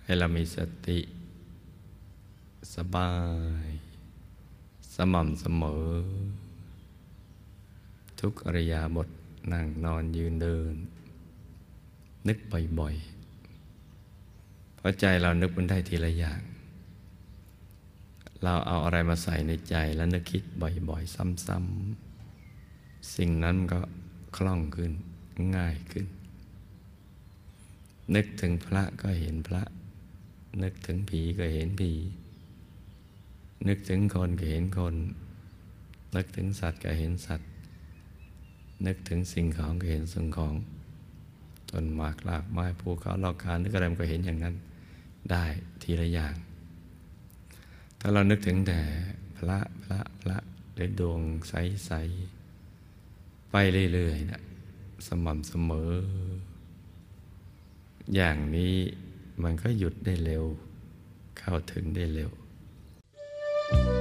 ให้เรามีสติสบายสม่ำเสมอทุกอิริยาบถนั่งนอนยืนเดินนึกบ่อยๆเพราะใจเรานึกมันได้ทีละอย่างเราเอาอะไรมาใส่ในใจแล้วนึกคิดบ่อยๆซ้ำๆสิ่งนั้นมันก็คล่องขึ้นง่ายขึ้นนึกถึงพระก็เห็นพระนึกถึงผีก็เห็นผีนึกถึงคนก็เห็นคนนึกถึงสัตว์ก็เห็นสัตว์นึกถึงสิ่งของก็เห็นสิ่งของต้นหมากรากไม้ภูเขาลอกคานึกอะไรมันก็เห็นอย่างนั้นได้ทีละอย่างถ้าเรานึกถึงแต่พระหรือดวงใสๆไปเรื่อยๆนะสม่ำเสมออย่างนี้มันก็หยุดได้เร็วเข้าถึงได้เร็ว